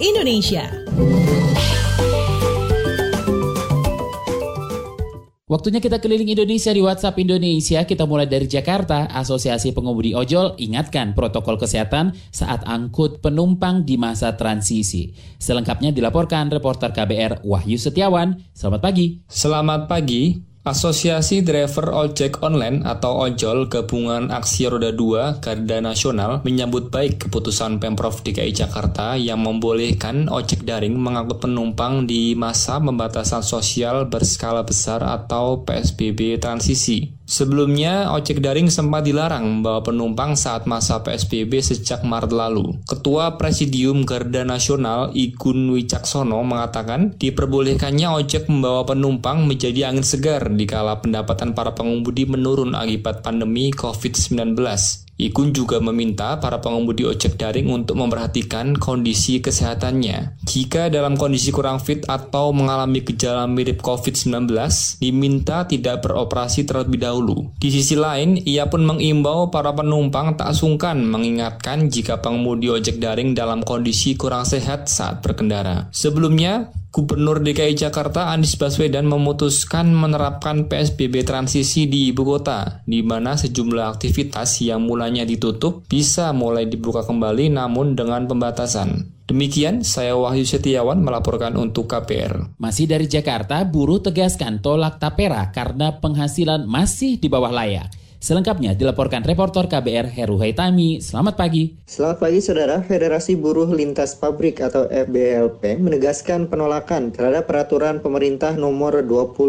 Indonesia. Waktunya kita keliling Indonesia di WhatsApp Indonesia. Kita mulai dari Jakarta. Asosiasi Pengemudi Ojol ingatkan protokol kesehatan saat angkut penumpang di masa transisi. Selengkapnya dilaporkan reporter KBR Wahyu Setiawan. Selamat pagi. Selamat pagi. Asosiasi Driver Ojek Online atau Ojol Gabungan Aksi Roda 2 Garda Nasional menyambut baik keputusan Pemprov DKI Jakarta yang membolehkan ojek daring mengangkut penumpang di masa pembatasan sosial berskala besar atau PSBB transisi. Sebelumnya, ojek daring sempat dilarang membawa penumpang saat masa PSBB sejak Maret lalu. Ketua Presidium Garda Nasional Igun Wicaksono mengatakan diperbolehkannya ojek membawa penumpang menjadi angin segar dikala pendapatan para pengemudi menurun akibat pandemi COVID-19. Igun juga meminta para pengemudi ojek daring untuk memperhatikan kondisi kesehatannya. Jika dalam kondisi kurang fit atau mengalami gejala mirip COVID-19, diminta tidak beroperasi terlebih dahulu. Di sisi lain, ia pun mengimbau para penumpang tak sungkan mengingatkan jika pengemudi ojek daring dalam kondisi kurang sehat saat berkendara. Sebelumnya, Gubernur DKI Jakarta Anies Baswedan memutuskan menerapkan PSBB transisi di ibu kota, di mana sejumlah aktivitas yang mulanya ditutup bisa mulai dibuka kembali namun dengan pembatasan. Demikian, saya Wahyu Setiawan melaporkan untuk KBR. Masih dari Jakarta, buruh tegaskan tolak tapera karena penghasilan masih di bawah layak. Selengkapnya dilaporkan reporter KBR Heru Haitami. Selamat pagi. Selamat pagi saudara. Federasi Buruh Lintas Pabrik atau FBLP menegaskan penolakan terhadap peraturan pemerintah nomor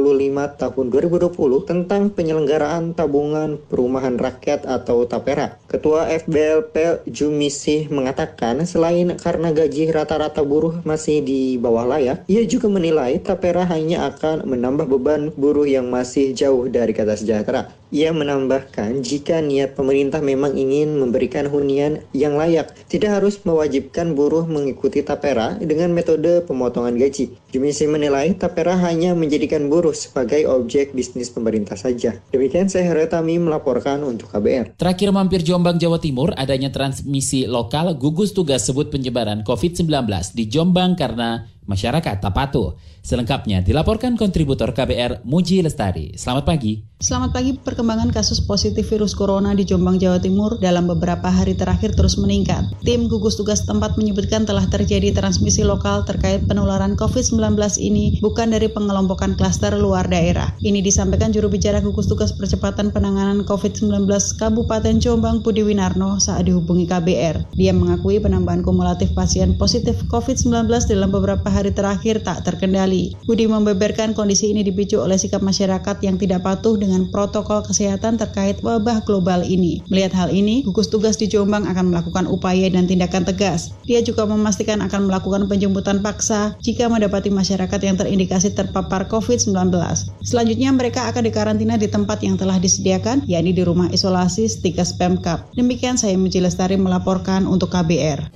25 tahun 2020 tentang penyelenggaraan tabungan perumahan rakyat atau tapera. Ketua FBLP Jumisih mengatakan selain karena gaji rata-rata buruh masih di bawah layak, ia juga menilai tapera hanya akan menambah beban buruh yang masih jauh dari kata sejahtera. Ia menambahkan jika niat pemerintah memang ingin memberikan hunian yang layak, tidak harus mewajibkan buruh mengikuti tapera dengan metode pemotongan gaji. Jumisih menilai tapera hanya menjadikan buruh sebagai objek bisnis pemerintah saja. Demikian saya Heretami melaporkan untuk KBR. Terakhir mampir Jombang, Jawa Timur, adanya transmisi lokal gugus tugas sebut penyebaran COVID-19 di Jombang karena masyarakat tak patuh. Selengkapnya dilaporkan kontributor KBR Muji Lestari. Selamat pagi. Selamat pagi. Perkembangan kasus positif virus corona di Jombang, Jawa Timur dalam beberapa hari terakhir terus meningkat. Tim gugus tugas tempat menyebutkan telah terjadi transmisi lokal terkait penularan COVID-19 ini bukan dari pengelompokan klaster luar daerah. Ini disampaikan juru bicara gugus tugas percepatan penanganan COVID-19 Kabupaten Jombang Budi Winarno saat dihubungi KBR. Dia mengakui penambahan kumulatif pasien positif COVID-19 dalam beberapa hari terakhir tak terkendali. Budi membeberkan kondisi ini dipicu oleh sikap masyarakat yang tidak patuh dengan protokol kesehatan terkait wabah global ini. Melihat hal ini, gugus tugas di Jombang akan melakukan upaya dan tindakan tegas. Dia juga memastikan akan melakukan penjemputan paksa jika mendapati masyarakat yang terindikasi terpapar COVID-19. Selanjutnya mereka akan dikarantina di tempat yang telah disediakan, yakni di rumah isolasi Stikes Pemkab. Demikian saya Muji Lestari melaporkan untuk KBR.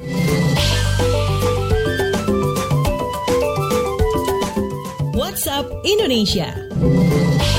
WhatsApp Indonesia.